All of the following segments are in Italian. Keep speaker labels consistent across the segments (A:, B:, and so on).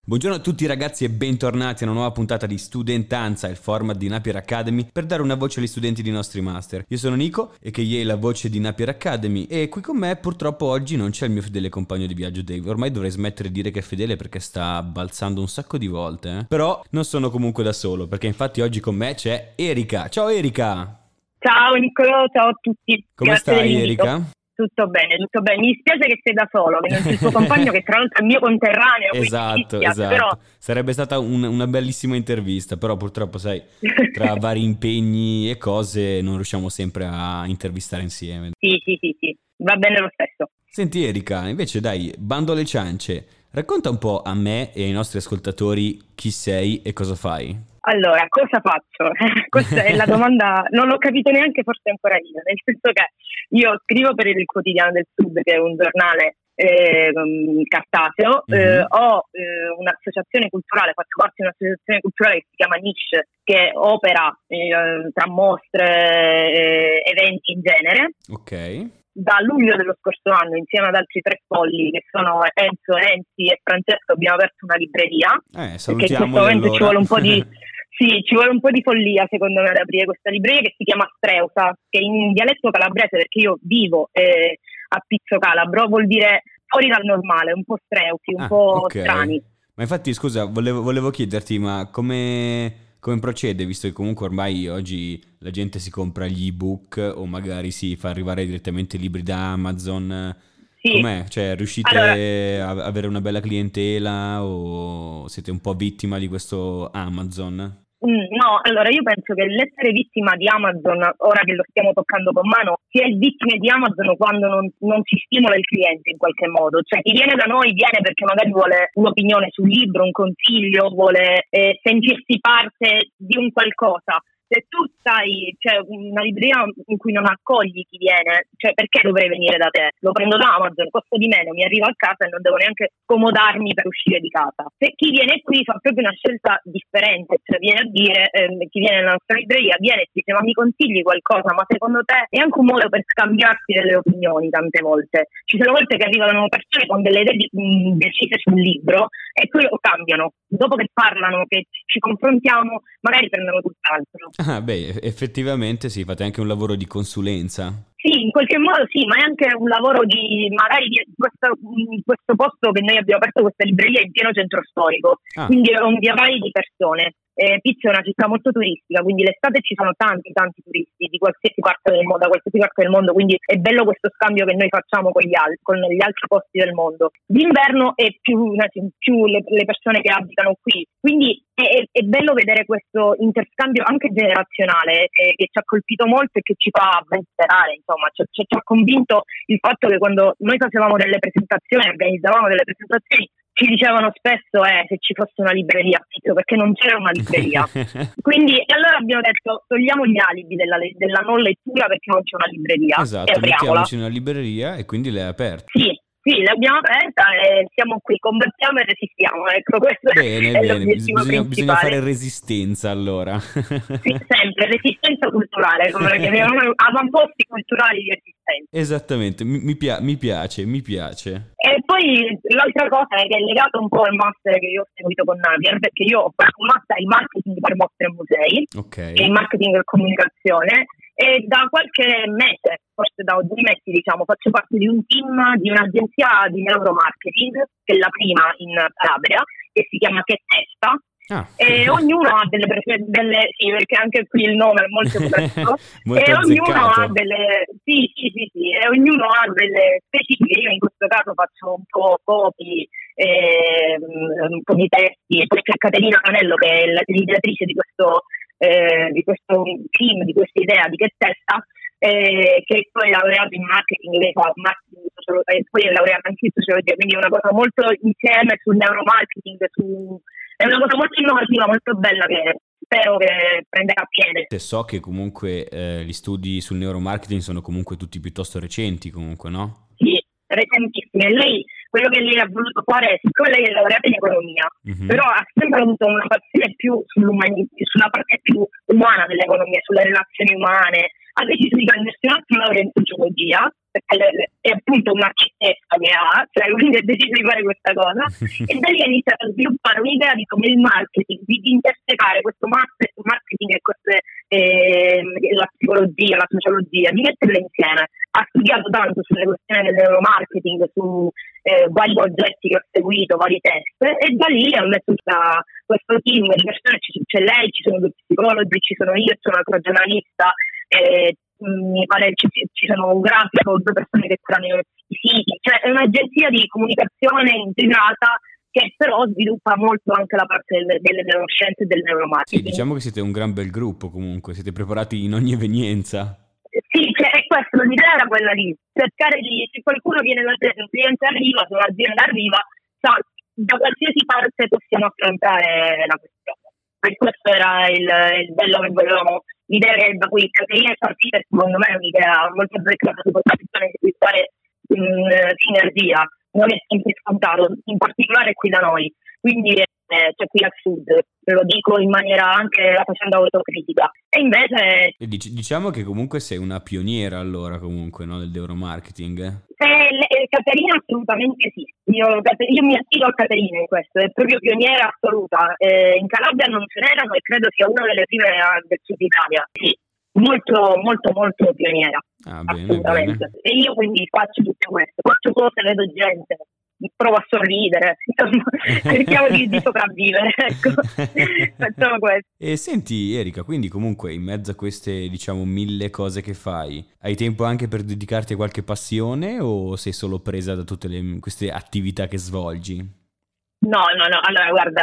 A: Buongiorno a tutti ragazzi e bentornati a una nuova puntata di Studentanza, il format di Napier Academy per dare una voce agli studenti dei nostri master. Io sono Nico, a.k.a. la voce di Napier Academy, e qui con me purtroppo oggi non c'è il mio fedele compagno di viaggio Dave. Ormai dovrei smettere di dire che è fedele perché sta balzando un sacco di volte, Però non sono comunque da solo, perché infatti oggi con me c'è Erika. Ciao Erika!
B: Ciao Niccolo, ciao a tutti.
A: Come
B: Grazie
A: stai
B: dell'invito.
A: Erika?
B: Tutto bene, tutto bene. Mi dispiace che sei da solo, che non c'è il tuo compagno che tra l'altro è il mio conterraneo.
A: Esatto.
B: Però...
A: Sarebbe stata una bellissima intervista, però purtroppo sai, tra vari impegni e cose non riusciamo sempre a intervistare insieme.
B: Sì, va bene lo stesso.
A: Senti Erika, invece dai, bando alle ciance, racconta un po' a me e ai nostri ascoltatori chi sei e cosa fai.
B: Allora, cosa faccio? Questa è la domanda, non l'ho capito neanche forse ancora io, nel senso che io scrivo per il Quotidiano del Sud, che è un giornale cartaceo, ho un'associazione culturale, faccio parte di un'associazione culturale che si chiama Niche, che opera tra mostre, eventi in genere.
A: Ok.
B: Da luglio dello scorso anno, insieme ad altri 3 polli che sono Enzo, Enzi e Francesco, abbiamo aperto una libreria. Perché in questo momento
A: allora.
B: ci vuole un po' di ci vuole un po' di follia secondo me ad aprire questa libreria, che si chiama Streusa, che in dialetto calabrese, perché io vivo a Pizzo Calabro, vuol dire fuori dal normale, un po' streusi, un po'
A: okay.
B: strani.
A: Ma infatti scusa, volevo chiederti, ma come procede, visto che comunque ormai oggi la gente si compra gli ebook o magari si fa arrivare direttamente i libri da Amazon?
B: Sì.
A: Com'è? Cioè, riuscite a avere una bella clientela o siete un po' vittima di questo Amazon?
B: No, allora io penso che l'essere vittima di Amazon, ora che lo stiamo toccando con mano, si è vittime di Amazon quando non si stimola il cliente in qualche modo. Cioè chi viene da noi viene perché magari vuole un'opinione sul libro, un consiglio, vuole sentirsi parte di un qualcosa. Se tu stai, cioè una libreria in cui non accogli chi viene, cioè perché dovrei venire da te? Lo prendo da Amazon, costa di meno, mi arriva a casa e non devo neanche scomodarmi per uscire di casa. Se chi viene qui fa proprio una scelta differente, cioè viene a dire, chi viene nella nostra libreria viene e dice: ma mi consigli qualcosa? Ma secondo te è anche un modo per scambiarsi delle opinioni tante volte. Ci sono volte che arrivano persone con delle idee decise sul libro e poi lo cambiano. Dopo che parlano, che ci confrontiamo, magari prendono tutt'altro.
A: Ah, beh, effettivamente sì, fate anche un lavoro di consulenza.
B: Sì, in qualche modo sì, ma è anche un lavoro di magari di questo posto che noi abbiamo aperto, questa libreria in pieno centro storico, quindi è un via vai di persone. Pizzo è una città molto turistica, quindi l'estate ci sono tanti turisti di qualsiasi parte del mondo, da qualsiasi parte del mondo, quindi è bello questo scambio che noi facciamo con gli altri posti del mondo. D'inverno è più le persone che abitano qui, quindi è bello vedere questo interscambio anche generazionale che ci ha colpito molto e che ci fa ben sperare, insomma, ci ha convinto il fatto che quando noi facevamo delle presentazioni, organizzavamo delle presentazioni, ci dicevano spesso se ci fosse una libreria, perché non c'era una libreria. Ququindi allora abbiamo detto: togliamo gli alibi della non lettura perché non c'è una libreria.
A: Esatto, mettiamoci una libreria e quindi l'hai aperta.
B: Sì, l'abbiamo aperta e siamo qui, combattiamo e resistiamo. Ecco, questo è l'obiettivo principale.
A: Bisogna fare resistenza allora.
B: Sì, sempre, resistenza culturale, come lo chiamiamo, avamposti culturali di resistenza.
A: Esattamente, mi piace.
B: E poi l'altra cosa è che è legato un po' al master che io ho seguito con Napier, perché io ho fatto un master in marketing per mostre e musei, e in marketing e comunicazione, e da qualche mese, forse da 2 mesi diciamo, faccio parte di un team di un'agenzia di neuromarketing, che è la prima in Calabria, che si chiama Che Testa. E ognuno ha delle sì, perché anche qui il nome è molto corretto. E ognuno ha delle e ognuno ha delle specifiche. Io in questo caso faccio un po' copy, un po' di testi, e poi c'è Caterina Canello che è l'ideatrice di questo team, di questa idea di Che Testa, che poi è laureata in marketing, lei fa marketing e poi è laureata anche in sociologia, quindi è una cosa molto insieme sul neuromarketing, è una cosa molto innovativa, molto bella, che spero che prenderà piede.
A: So che comunque gli studi sul neuromarketing sono comunque tutti piuttosto recenti comunque, no?
B: Sì, recentissimi. Lei, quello che lei ha voluto fare, siccome lei è laureata in economia, però ha sempre avuto una passione più sulla parte più umana dell'economia, sulle relazioni umane, ha deciso di prendersi un altro laurea in sociologia, perché è appunto un'architetta che ha, cioè quindi ha deciso di fare questa cosa, e da lì ha iniziato a sviluppare l'idea di come il marketing, di intersecare questo marketing e la psicologia, la sociologia, di metterle insieme. Ha studiato tanto sulle questioni del neuromarketing, su vari progetti che ho seguito, vari test, e da lì ha messo questo team di persone. C'è lei, ci sono 2 psicologi, ci sono io, sono una giornalista, mi pare ci sono un grafico, 2 persone che curano i siti, cioè è un'agenzia di comunicazione integrata che però sviluppa molto anche la parte delle neuroscienze e del neuromarketing.
A: Sì, diciamo che siete un gran bel gruppo comunque, siete preparati in ogni evenienza.
B: Sì, cioè, è questo, l'idea era quella di cercare se qualcuno viene da te, se un cliente arriva, se un'azienda arriva, da qualsiasi parte possiamo affrontare la questione. E questo era il bello che volevamo. L'idea che da cui Caterina è partita, secondo me è un'idea molto azzeccata su questa questione di fare sinergia. Non è sempre scontato, in particolare qui da noi, quindi cioè qui al sud, lo dico in maniera anche facendo autocritica. E invece
A: diciamo che comunque sei una pioniera allora comunque, no, del neuromarketing.
B: Caterina assolutamente sì, io mi attivo a Caterina in questo, è proprio pioniera assoluta. In Calabria non ce n'erano e credo sia una delle prime del sud Italia, sì. Molto, molto, molto pioniera.
A: Bene, bene.
B: E io quindi faccio tutto questo, faccio cose, vedo gente, provo a sorridere, insomma, cerchiamo di sopravvivere, ecco. Facciamo questo.
A: E senti Erika, quindi comunque in mezzo a queste, diciamo, 1000 cose che fai, hai tempo anche per dedicarti a qualche passione o sei solo presa da tutte queste attività che svolgi?
B: No, allora guarda,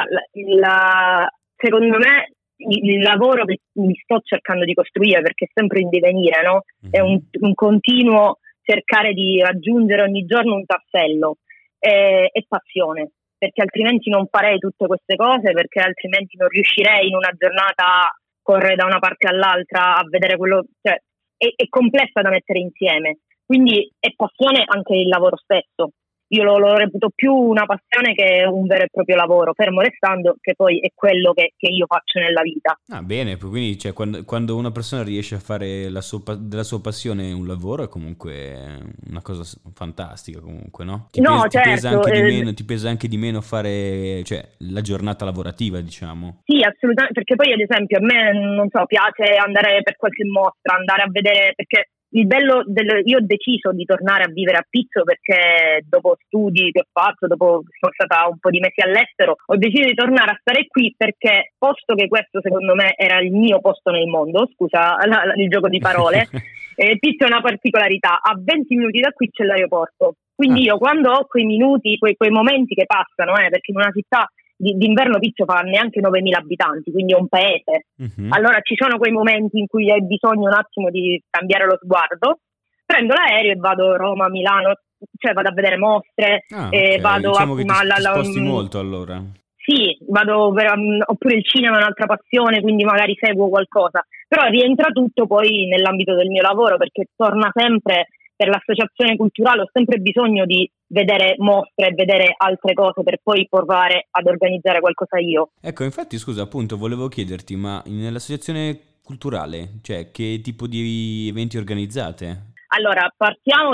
B: secondo me il lavoro che mi sto cercando di costruire, perché è sempre in divenire, no? È un continuo cercare di raggiungere ogni giorno un tassello, è passione, perché altrimenti non farei tutte queste cose, perché altrimenti non riuscirei in una giornata a correre da una parte all'altra, a vedere quello, cioè è complessa da mettere insieme, quindi è passione anche il lavoro stesso. Io lo reputo più una passione che un vero e proprio lavoro, fermo restando che poi è quello che io faccio nella vita.
A: Bene, quindi cioè, quando una persona riesce a fare della sua passione un lavoro è comunque una cosa fantastica comunque, no? Ti pesa anche di meno fare, cioè, la giornata lavorativa, diciamo.
B: Sì, assolutamente, perché poi ad esempio a me, non so, piace andare per qualche mostra, andare a vedere, perché il bello io ho deciso di tornare a vivere a Pizzo perché dopo studi che ho fatto, dopo sono stata un po' di mesi all'estero, ho deciso di tornare a stare qui perché, posto che questo secondo me era il mio posto nel mondo, scusa il gioco di parole, Pizzo è una particolarità, a 20 minuti da qui c'è l'aeroporto, quindi io quando ho quei minuti, quei momenti che passano, perché in una città d'inverno Pizzo fa neanche 9.000 abitanti, quindi è un paese. Allora ci sono quei momenti in cui hai bisogno un attimo di cambiare lo sguardo, prendo l'aereo e vado a Roma, Milano, cioè vado a vedere mostre,
A: okay.
B: vado
A: diciamo che ti sposti molto allora.
B: Sì, oppure il cinema è un'altra passione, quindi magari seguo qualcosa, però rientra tutto poi nell'ambito del mio lavoro, perché torna sempre. Per l'associazione culturale ho sempre bisogno di vedere mostre, vedere altre cose per poi provare ad organizzare qualcosa io.
A: Ecco, infatti scusa, appunto volevo chiederti, ma nell'associazione culturale, cioè che tipo di eventi organizzate?
B: Allora, partiamo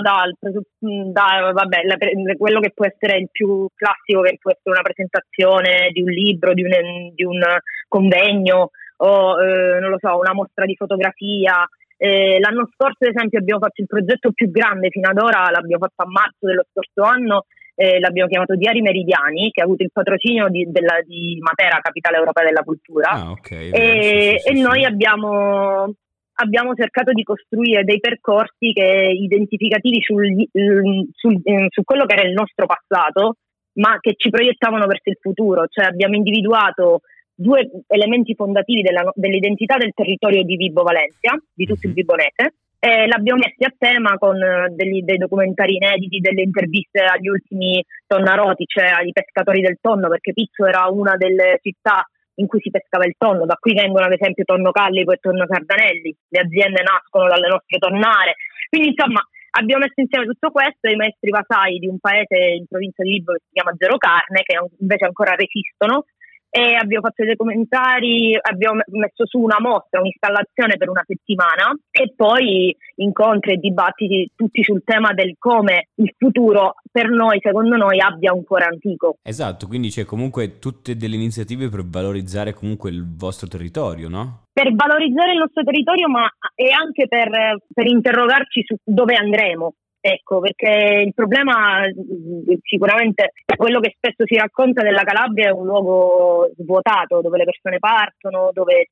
B: quello che può essere il più classico, che può essere una presentazione di un libro, di un convegno o non lo so, una mostra di fotografia. L'anno scorso ad esempio abbiamo fatto il progetto più grande fino ad ora, l'abbiamo fatto a marzo dello scorso anno, l'abbiamo chiamato Diari Meridiani, che ha avuto il patrocinio di Matera, capitale europea della cultura.
A: Okay,
B: e noi abbiamo cercato di costruire dei percorsi identificativi su quello che era il nostro passato, ma che ci proiettavano verso il futuro, cioè abbiamo individuato 2 elementi fondativi dell'identità del territorio di Vibo Valentia, di tutto il Vibonese, e l'abbiamo messi a tema con dei documentari inediti, delle interviste agli ultimi tonnaroti, cioè ai pescatori del tonno, perché Pizzo era una delle città in cui si pescava il tonno, da qui vengono ad esempio Tonno Callipo e Tonno Cardanelli, le aziende nascono dalle nostre tonnare, quindi insomma abbiamo messo insieme tutto questo e i maestri vasai di un paese in provincia di Vibo che si chiama Zero Carne, che invece ancora resistono, e abbiamo fatto dei documentari, abbiamo messo su una mostra, un'installazione per una settimana e poi incontri e dibattiti tutti sul tema del come il futuro per noi, secondo noi, abbia un cuore antico.
A: Esatto, quindi c'è comunque tutte delle iniziative per valorizzare comunque il vostro territorio, no?
B: Per valorizzare il nostro territorio, ma e anche per interrogarci su dove andremo. Ecco, perché il problema sicuramente quello che spesso si racconta della Calabria è un luogo svuotato, dove le persone partono, dove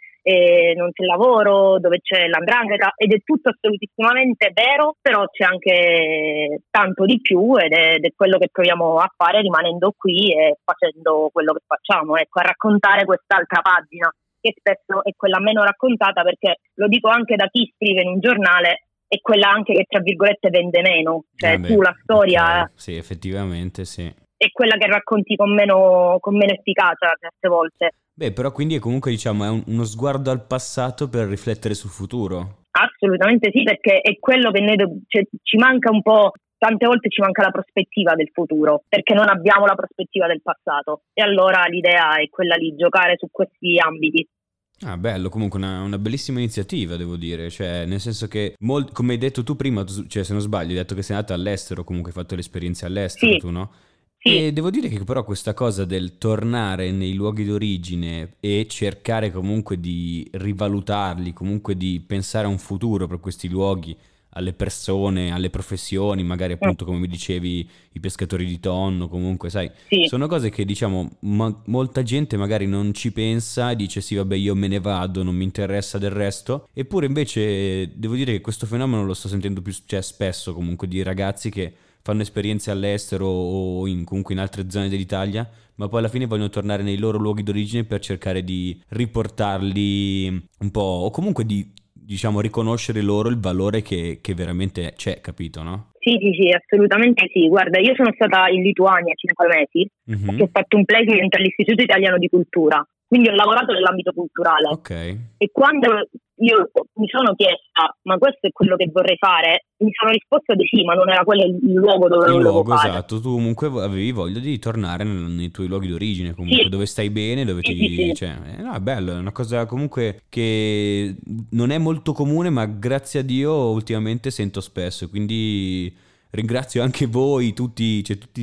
B: non c'è lavoro, dove c'è l''ndrangheta, ed è tutto assolutissimamente vero, però c'è anche tanto di più ed è quello che proviamo a fare rimanendo qui e facendo quello che facciamo, ecco, a raccontare quest'altra pagina che spesso è quella meno raccontata, perché lo dico anche da chi scrive in un giornale, è quella anche che tra virgolette vende meno, cioè tu la storia
A: sì, effettivamente sì,
B: è quella che racconti con meno efficacia certe volte.
A: Beh, però quindi è comunque, diciamo, è uno sguardo al passato per riflettere sul futuro.
B: Assolutamente sì, perché è quello che noi ci manca un po'. Tante volte ci manca la prospettiva del futuro, perché non abbiamo la prospettiva del passato, e allora l'idea è quella di giocare su questi ambiti.
A: Ah, bello, comunque una bellissima iniziativa, devo dire, cioè nel senso che, come hai detto tu prima, cioè se non sbaglio, hai detto che sei andata all'estero, comunque hai fatto l'esperienza all'estero,
B: sì.
A: tu, no?
B: Sì.
A: E devo dire che però questa cosa del tornare nei luoghi d'origine e cercare comunque di rivalutarli, comunque di pensare a un futuro per questi luoghi, alle persone, alle professioni, magari appunto come mi dicevi i pescatori di tonno, comunque sai,
B: sì.
A: Sono cose che diciamo molta gente magari non ci pensa e dice sì vabbè io me ne vado, non mi interessa del resto, eppure invece devo dire che questo fenomeno lo sto sentendo più, cioè, spesso comunque di ragazzi che fanno esperienze all'estero o comunque in altre zone dell'Italia, ma poi alla fine vogliono tornare nei loro luoghi d'origine per cercare di riportarli un po', o comunque di, diciamo, riconoscere loro il valore che veramente c'è, capito, no?
B: Sì, assolutamente sì. Guarda, io sono stata in Lituania 5 mesi, ho fatto un placement all'Istituto Italiano di Cultura, quindi ho lavorato nell'ambito culturale.
A: Ok.
B: E quando io mi sono chiesta, ma questo è quello che vorrei fare, mi sono risposta di sì, ma non era quello il luogo dove lo volevo fare.
A: Esatto, tu comunque avevi voglia di tornare nei tuoi luoghi d'origine, comunque, dove stai bene, dove
B: sì.
A: Cioè, no, è bello, è una cosa comunque che non è molto comune, ma grazie a Dio ultimamente sento spesso, quindi ringrazio anche voi, tutti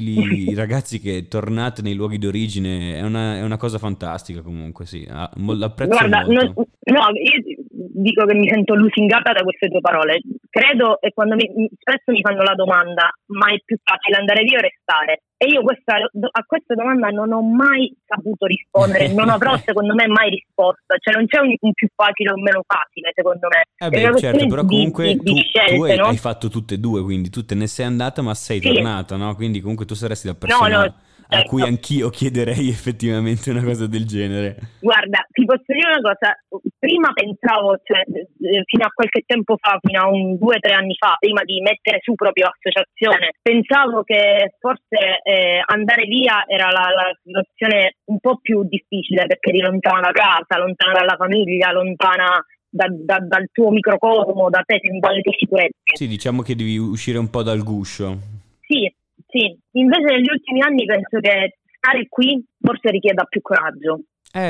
A: i ragazzi che tornate nei luoghi d'origine, è una cosa fantastica comunque, sì, l'apprezzo.
B: Guarda,
A: molto.
B: io dico che mi sento lusingata da queste tue parole. Credo, e quando spesso mi fanno la domanda, ma è più facile andare via o restare? E io a questa domanda non ho mai saputo rispondere, non avrò secondo me mai risposta, cioè non c'è un più facile o un meno facile secondo me.
A: Certo, però comunque tu
B: scelte, no?
A: hai fatto tutte e due, quindi tu te ne sei andata ma sei tornata, no? Quindi comunque tu saresti la persona a cui anch'io chiederei effettivamente una cosa del genere.
B: Guarda, ti posso dire una cosa, prima pensavo, cioè, fino a qualche tempo fa, fino a 2 o 3 anni fa, prima di mettere su proprio l'associazione, pensavo che forse andare via era la situazione un po' più difficile, perché eri lontana da casa, lontana dalla famiglia, lontana dal tuo microcosmo, da te, dalle tue sicurezze.
A: Sì, diciamo che devi uscire un po' dal guscio.
B: Sì, invece negli ultimi anni penso che stare qui forse richieda più coraggio.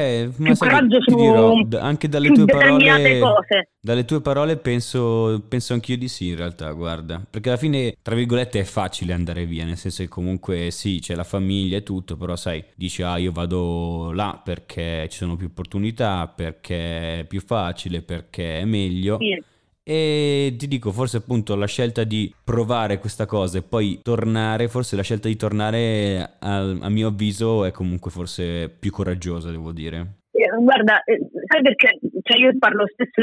A: Ma coraggio ti dirò, anche dalle tue parole,
B: cose.
A: Dalle tue parole penso anch'io di sì in realtà, guarda, perché alla fine tra virgolette è facile andare via, nel senso che comunque sì, c'è la famiglia e tutto, però sai, dici io vado là perché ci sono più opportunità, perché è più facile, perché è meglio.
B: Sì.
A: E ti dico, forse appunto la scelta di provare questa cosa e poi tornare, forse la scelta di tornare a mio avviso è comunque forse più coraggiosa, devo dire.
B: Guarda, sai perché? Cioè io parlo spesso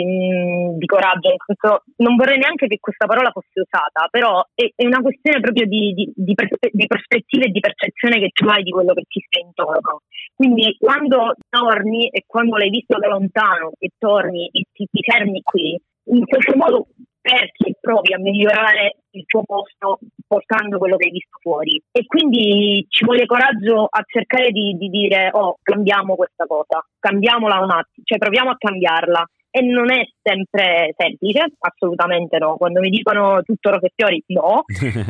B: di coraggio, nel senso, non vorrei neanche che questa parola fosse usata, però è una questione proprio di prospettive e di percezione che tu hai di quello che ti sta intorno. Quindi quando torni e quando l'hai visto da lontano e torni e ti fermi qui, in qualche modo perché provi a migliorare il tuo posto portando quello che hai visto fuori, e quindi ci vuole coraggio a cercare di dire cambiamo questa cosa, cambiamola un attimo, cioè proviamo a cambiarla, e non è sempre semplice, assolutamente no. Quando mi dicono tutto rose e fiori, no.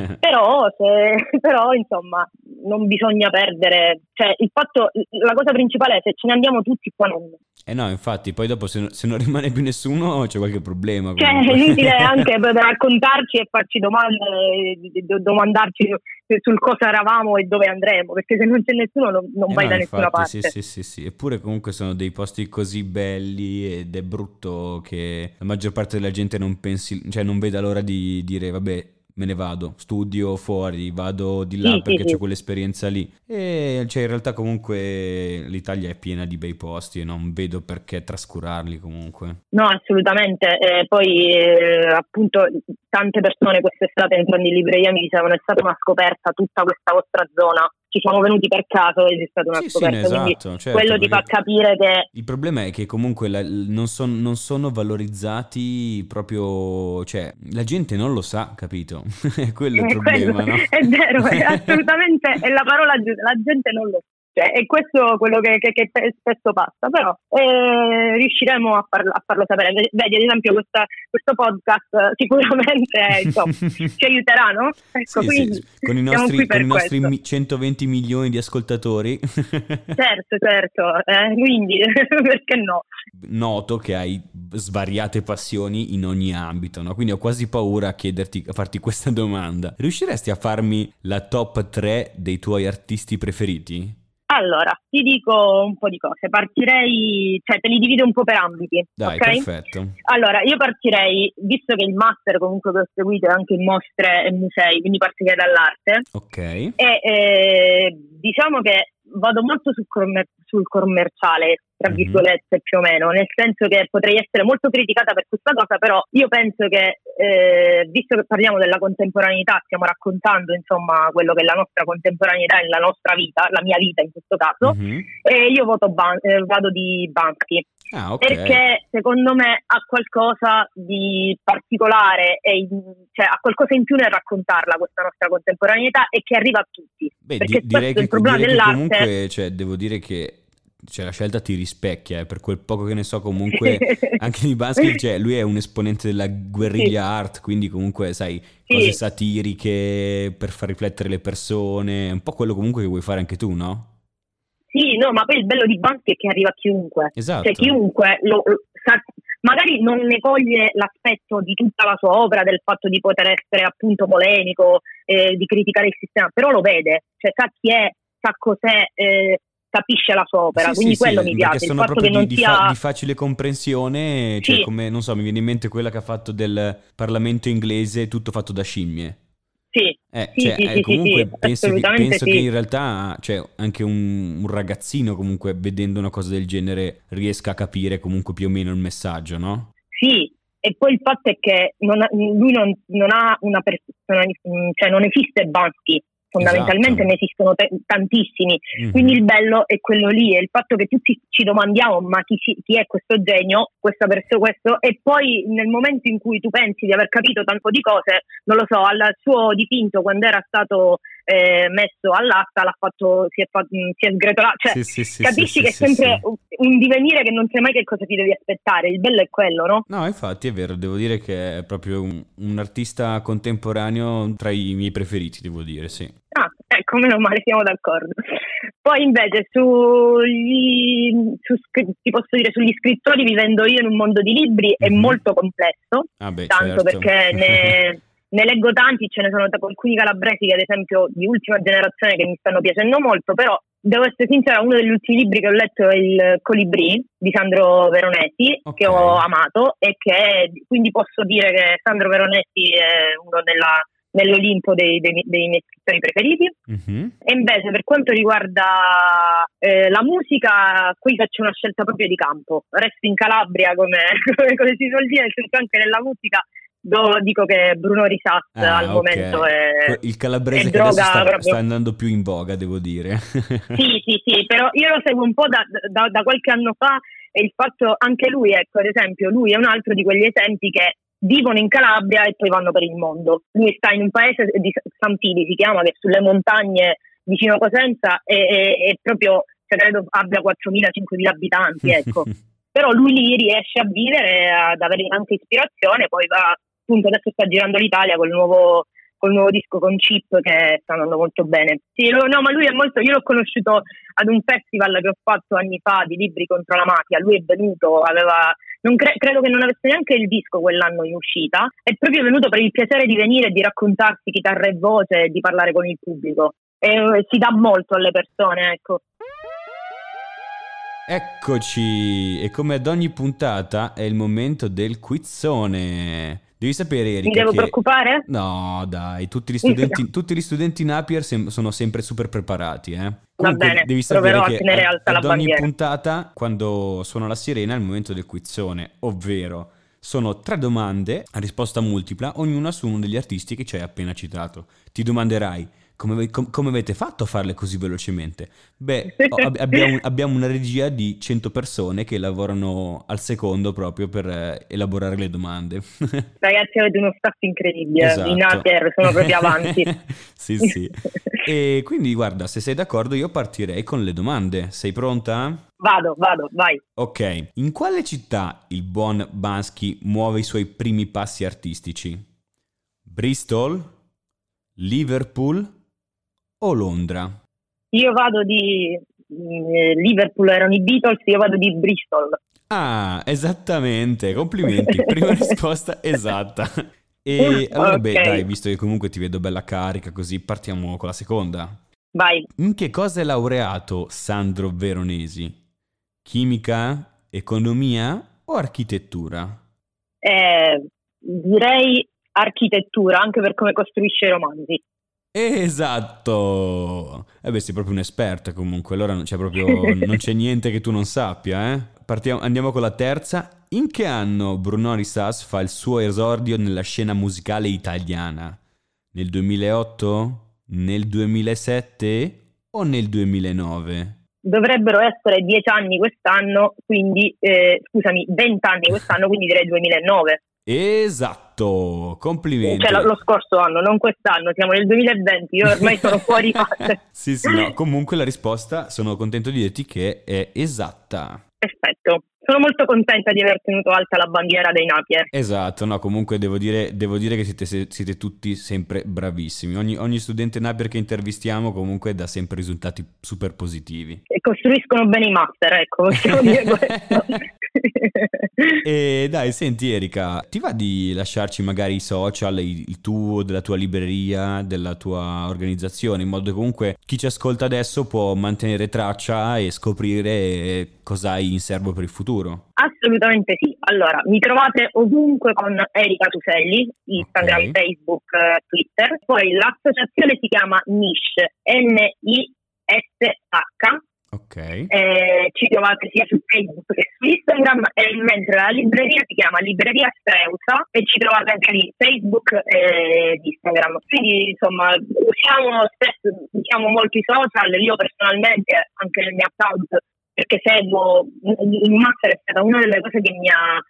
B: però insomma non bisogna perdere, cioè il fatto, la cosa principale è se ce ne andiamo tutti qua non.
A: No, infatti, poi dopo se non rimane più nessuno c'è qualche problema.
B: Cioè è inutile anche per raccontarci e farci domande, domandarci sul cosa eravamo e dove andremo, perché se non c'è nessuno non vai da nessuna parte.
A: Sì. Eppure comunque sono dei posti così belli ed è brutto che la maggior parte della gente non pensi, cioè non veda l'ora di dire vabbè, me ne vado, studio fuori, vado di là perché c'ho quell'esperienza lì. E cioè in realtà comunque l'Italia è piena di bei posti e non vedo perché trascurarli comunque.
B: No, assolutamente. Poi appunto tante persone quest'estate entrando in libreria mi dicevano è stata una scoperta tutta questa vostra zona. Ci siamo venuti per caso ed è stata una scoperta,
A: esatto, certo,
B: quello ti fa capire che...
A: Il problema è che comunque non sono valorizzati proprio, cioè la gente non lo sa, capito? Quello è il problema, no?
B: È vero, è assolutamente, è la parola giusta, la gente non lo sa. Cioè, è questo quello che spesso passa, però riusciremo a farlo sapere. Vedi, ad esempio, questo podcast sicuramente insomma, ci aiuterà, no? Ecco,
A: sì. Con i nostri 120 milioni di ascoltatori.
B: Certo, quindi perché no?
A: Noto che hai svariate passioni in ogni ambito, no? Quindi ho quasi paura a farti questa domanda. Riusciresti a farmi la top 3 dei tuoi artisti preferiti?
B: Allora, ti dico un po' di cose, partirei, cioè te li divido un po' per ambiti.
A: Dai,
B: okay?
A: Perfetto.
B: Allora, io partirei, visto che il master comunque che ho seguito è anche in mostre e musei, quindi partirei dall'arte.
A: Ok.
B: E diciamo che vado molto sul commerciale, tra virgolette, più o meno, nel senso che potrei essere molto criticata per questa cosa, però io penso che, visto che parliamo della contemporaneità, stiamo raccontando insomma quello che è la nostra contemporaneità e la nostra vita, la mia vita in questo caso, e io vado di Banksy.
A: Ah, okay.
B: Perché secondo me ha qualcosa di particolare e cioè ha qualcosa in più nel raccontarla questa nostra contemporaneità e che arriva a tutti.
A: Beh,
B: perché
A: direi che,
B: il problema dell'arte...
A: comunque, cioè, devo dire che la scelta ti rispecchia, per quel poco che ne so comunque anche di Banksy, cioè lui è un esponente della guerriglia art, quindi comunque sai, cose satiriche per far riflettere le persone, un po' quello comunque che vuoi fare anche tu, no?
B: Sì, no, ma poi il bello di Banksy è che arriva a chiunque.
A: Esatto.
B: Cioè chiunque lo sa, magari non ne coglie l'aspetto di tutta la sua opera, del fatto di poter essere appunto polemico, di criticare il sistema, però lo vede, cioè sa chi è, sa cos'è, capisce la sua opera, quindi quello mi piace.
A: Sono
B: il fatto
A: proprio
B: che non sia
A: di facile comprensione, cioè come, non so, mi viene in mente quella che ha fatto del Parlamento inglese, tutto fatto da scimmie. Comunque penso che in realtà cioè, anche un ragazzino comunque vedendo una cosa del genere riesca a capire comunque più o meno il messaggio, no?
B: Sì, e poi il fatto è che lui non ha una persona, cioè non esiste Banksy. Fondamentalmente ne esistono tantissimi, quindi il bello è quello lì, è il fatto che tutti ci domandiamo ma chi è questo genio, questa persona, questo, e poi nel momento in cui tu pensi di aver capito tanto di cose, non lo so, al suo dipinto quando era stato messo all'asta si è sgretolato, cioè capisci che è sempre un divenire che non sai mai che cosa ti devi aspettare, il bello è quello, no?
A: No, infatti è vero, devo dire che è proprio un artista contemporaneo tra i miei preferiti, devo dire, sì.
B: Ah, ecco, meno male, siamo d'accordo. Poi invece ti posso dire, sugli scrittori, vivendo io in un mondo di libri, è molto complesso, tanto perché ne leggo tanti, ce ne sono alcuni calabresi che ad esempio di ultima generazione che mi stanno piacendo molto, però devo essere sincera, uno degli ultimi libri che ho letto è il Colibrì di Sandro Veronesi, che ho amato, e quindi posso dire che Sandro Veronesi è uno nell'Olimpo dei miei scrittori preferiti. E invece per quanto riguarda la musica, qui faccio una scelta proprio di campo, resto in Calabria come si suol dire, nel senso anche nella musica dico che Bruno Risat al momento è
A: il calabrese che adesso sta andando più in voga, devo dire.
B: sì, però io lo seguo un po' da qualche anno fa, e il fatto anche lui, ecco, ad esempio, lui è un altro di quegli esempi che vivono in Calabria e poi vanno per il mondo. Lui sta in un paese di Sant'Ili, si chiama, che è sulle montagne vicino a Cosenza, e proprio, cioè, credo abbia 4.000-5.000 abitanti, ecco. però lui lì riesce a vivere, ad avere tanta ispirazione, poi va, appunto adesso sta girando l'Italia col nuovo disco con Chip che sta andando molto bene. Sì, no, ma lui è molto, io l'ho conosciuto ad un festival che ho fatto anni fa di libri contro la mafia, lui è venuto, credo che non avesse neanche il disco quell'anno in uscita, è proprio venuto per il piacere di venire e di raccontarsi chitarra e voce e di parlare con il pubblico, e si dà molto alle persone, ecco.
A: Eccoci, e come ad ogni puntata è il momento del quizzone. Devi sapere, Erika,
B: mi devo preoccupare?
A: No, dai, tutti gli studenti Napier sono sempre super preparati, Comunque,
B: va bene,
A: devi sapere
B: proverò
A: che
B: a tenere alta la
A: ogni
B: bandiera.
A: puntata, quando suona la sirena, è il momento del quizzone, ovvero sono 3 domande a risposta multipla, ognuna su uno degli artisti che ci hai appena citato. Ti domanderai: come avete fatto a farle così velocemente? Beh, abbiamo una regia di 100 persone che lavorano al secondo proprio per elaborare le domande.
B: Ragazzi, avete uno staff incredibile,
A: Esatto.
B: I Napier sono proprio avanti.
A: Sì. E quindi guarda, se sei d'accordo io partirei con le domande. Sei pronta?
B: Vado, vai.
A: Ok, in quale città il buon Bansky muove i suoi primi passi artistici? Bristol? Liverpool? O Londra?
B: Io vado di Liverpool, erano i Beatles, io vado di Bristol.
A: Ah, esattamente, complimenti, prima risposta esatta. E allora,
B: Okay.
A: dai, visto che comunque ti vedo bella carica, così partiamo con la seconda.
B: Vai.
A: In che cosa è laureato Sandro Veronesi? Chimica, economia o architettura?
B: Direi architettura, anche per come costruisce i romanzi.
A: Esatto! Sei proprio un'esperta comunque, allora non c'è niente che tu non sappia, andiamo con la terza. In che anno Bruno Risas fa il suo esordio nella scena musicale italiana? Nel 2008? Nel 2007? O nel 2009?
B: Dovrebbero essere 10 anni quest'anno, quindi 20 anni quest'anno, quindi direi 2009.
A: Esatto, complimenti.
B: Cioè lo scorso anno, non quest'anno, siamo nel 2020, io ormai sono fuori fase.
A: Sì, no, comunque la risposta, sono contento di dirti che è esatta.
B: Perfetto, sono molto contenta di aver tenuto alta la bandiera dei Napier.
A: Esatto, no, comunque devo dire che siete tutti sempre bravissimi. Ogni studente Napier che intervistiamo comunque dà sempre risultati super positivi.
B: E costruiscono bene i master, ecco, possiamo dire questo.
A: E dai, senti Erika, ti va di lasciarci magari i social, il tuo, della tua libreria, della tua organizzazione, in modo che comunque chi ci ascolta adesso può mantenere traccia e scoprire cosa hai in serbo per il futuro?
B: Assolutamente sì. Allora, mi trovate ovunque con Erika Tuselli, Instagram, okay, Facebook, Twitter. Poi l'associazione si chiama NISH, NISH.
A: Ok.
B: Ci trovate sia su Facebook che su Instagram, mentre la libreria si chiama Libreria Streusa e ci trovate anche lì, Facebook e Instagram. Quindi insomma usiamo molto i social, io personalmente anche nel mio account, perché seguo il master, è stata una delle cose che mi ha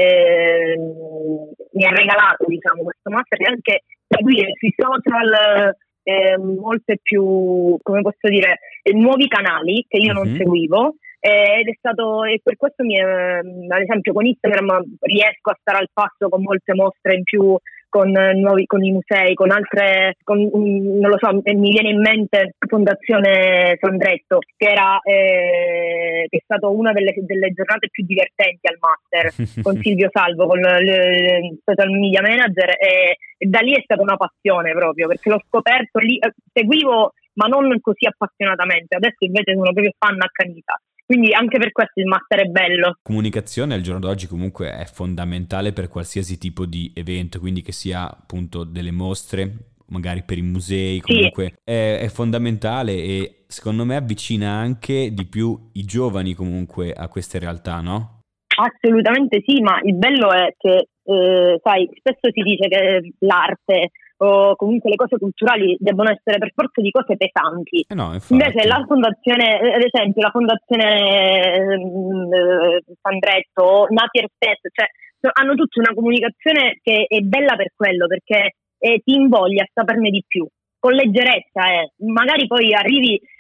B: regalato, diciamo, questo master, e anche seguire sui social molte più, come posso dire, nuovi canali che io non seguivo, ed è stato, e per questo ad esempio con Instagram riesco a stare al passo con molte mostre in più, con i musei, con altre, non lo so, mi viene in mente Fondazione Sandretto, che è stato una delle giornate più divertenti al master, con Silvio Salvo, con il social media manager, e da lì è stata una passione proprio, perché l'ho scoperto lì, seguivo ma non così appassionatamente, adesso invece sono proprio fan accanita. Quindi anche per questo il master è bello.
A: Comunicazione al giorno d'oggi comunque è fondamentale per qualsiasi tipo di evento, quindi che sia appunto delle mostre, magari per i musei, comunque sì, è fondamentale, e secondo me avvicina anche di più i giovani comunque a queste realtà, no?
B: Assolutamente sì, ma il bello è che, sai, spesso si dice che l'arte o comunque le cose culturali debbono essere per forza di cose pesanti.
A: No,
B: invece la fondazione, ad esempio la fondazione Sandretto, Napier stesso, cioè hanno tutta una comunicazione che è bella per quello, perché ti invoglia a saperne di più, con leggerezza, magari poi arrivi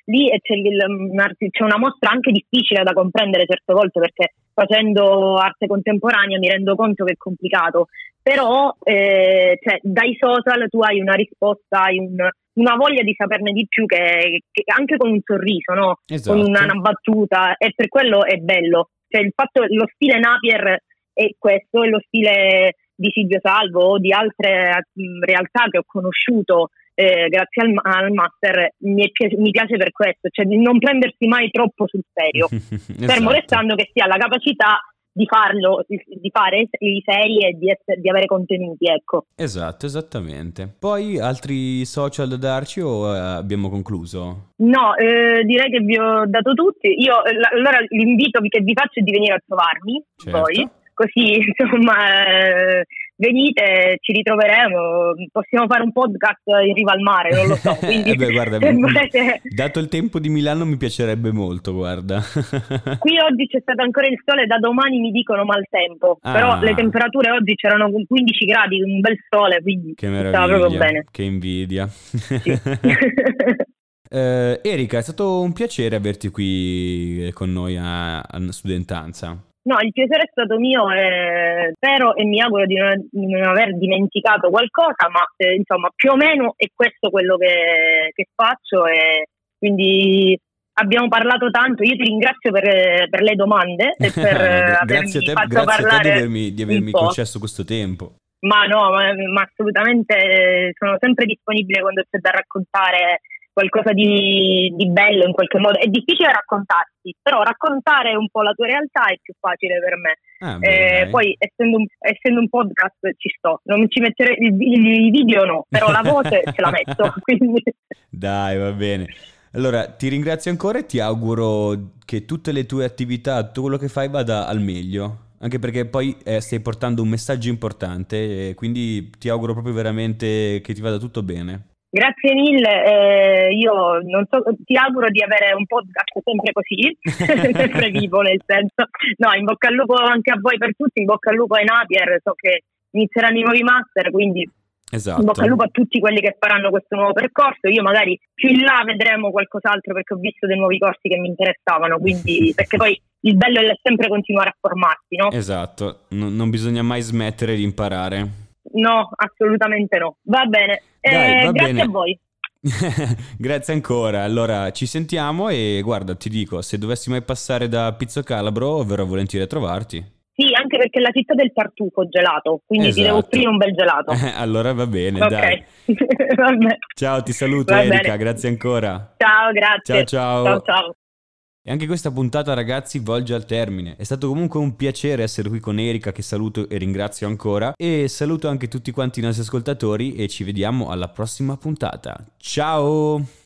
B: lì c'è una mostra anche difficile da comprendere certe volte, perché facendo arte contemporanea mi rendo conto che è complicato, però cioè, dai social tu hai una risposta, hai una voglia di saperne di più che anche con un sorriso, no?
A: Esatto.
B: Con una battuta, e per quello è bello. Cioè, il fatto, lo stile Napier è questo, è lo stile di Silvio Salvo o di altre realtà che ho conosciuto grazie al master. Mi piace per questo, cioè di non prendersi mai troppo sul serio,
A: Esatto.
B: fermo restando che si ha la capacità di farlo, di fare i seri e di avere contenuti, ecco.
A: Esatto, esattamente. Poi altri social da darci o abbiamo concluso?
B: No, direi che vi ho dato tutti. Io allora l'invito che vi faccio è di venire a trovarmi,
A: Certo.
B: voi, così insomma venite, ci ritroveremo, possiamo fare un podcast in riva al mare, non lo so, quindi
A: guarda,
B: se volete...
A: dato il tempo di Milano mi piacerebbe molto, guarda.
B: Qui oggi c'è stato ancora il sole, da domani mi dicono maltempo, però le temperature oggi c'erano 15 gradi, un bel sole, quindi
A: che meraviglia,
B: stava proprio bene.
A: Che invidia.
B: Sì.
A: Erika, è stato un piacere averti qui con noi a Studentanza.
B: No, il piacere è stato mio, spero e mi auguro di non aver dimenticato qualcosa, ma insomma più o meno è questo quello che faccio, e quindi abbiamo parlato tanto. Io ti ringrazio per le domande e per
A: grazie a te di avermi concesso questo tempo.
B: Ma no, ma assolutamente, sono sempre disponibile quando c'è da raccontare qualcosa di bello in qualche modo. È difficile raccontarsi, però raccontare un po' la tua realtà è più facile per me. Poi essendo un podcast ci sto, non ci metterei i video, no, però la voce ce la metto. Quindi.
A: Dai, va bene. Allora, ti ringrazio ancora e ti auguro che tutte le tue attività, tutto quello che fai vada al meglio. Anche perché poi stai portando un messaggio importante, e quindi ti auguro proprio veramente che ti vada tutto bene.
B: Grazie mille, io non so, ti auguro di avere un podcast sempre così, sempre vivo, nel senso, no, in bocca al lupo anche a voi, per tutti, in bocca al lupo ai Napier, so che inizieranno i nuovi master, quindi
A: esatto.
B: In bocca al lupo a tutti quelli che faranno questo nuovo percorso. Io magari più in là vedremo qualcos'altro, perché ho visto dei nuovi corsi che mi interessavano, quindi perché poi il bello è sempre continuare a formarsi, no?
A: Esatto, non bisogna mai smettere di imparare.
B: No, assolutamente no. Va bene.
A: Dai, va
B: grazie
A: bene.
B: a voi.
A: Grazie ancora. Allora ci sentiamo e guarda, ti dico, se dovessi mai passare da Pizzo Calabro verrò volentieri a trovarti.
B: Sì, anche perché è la città del tartufo gelato, quindi
A: esatto.
B: Ti devo offrire un bel gelato.
A: Allora va bene,
B: ok.
A: Dai.
B: Vabbè.
A: Ciao, ti saluto
B: Va
A: Erika,
B: bene.
A: grazie ancora.
B: Ciao, grazie.
A: Ciao.
B: Ciao.
A: E anche questa puntata, ragazzi, volge al termine. È stato comunque un piacere essere qui con Erika, che saluto e ringrazio ancora. E saluto anche tutti quanti i nostri ascoltatori e ci vediamo alla prossima puntata. Ciao!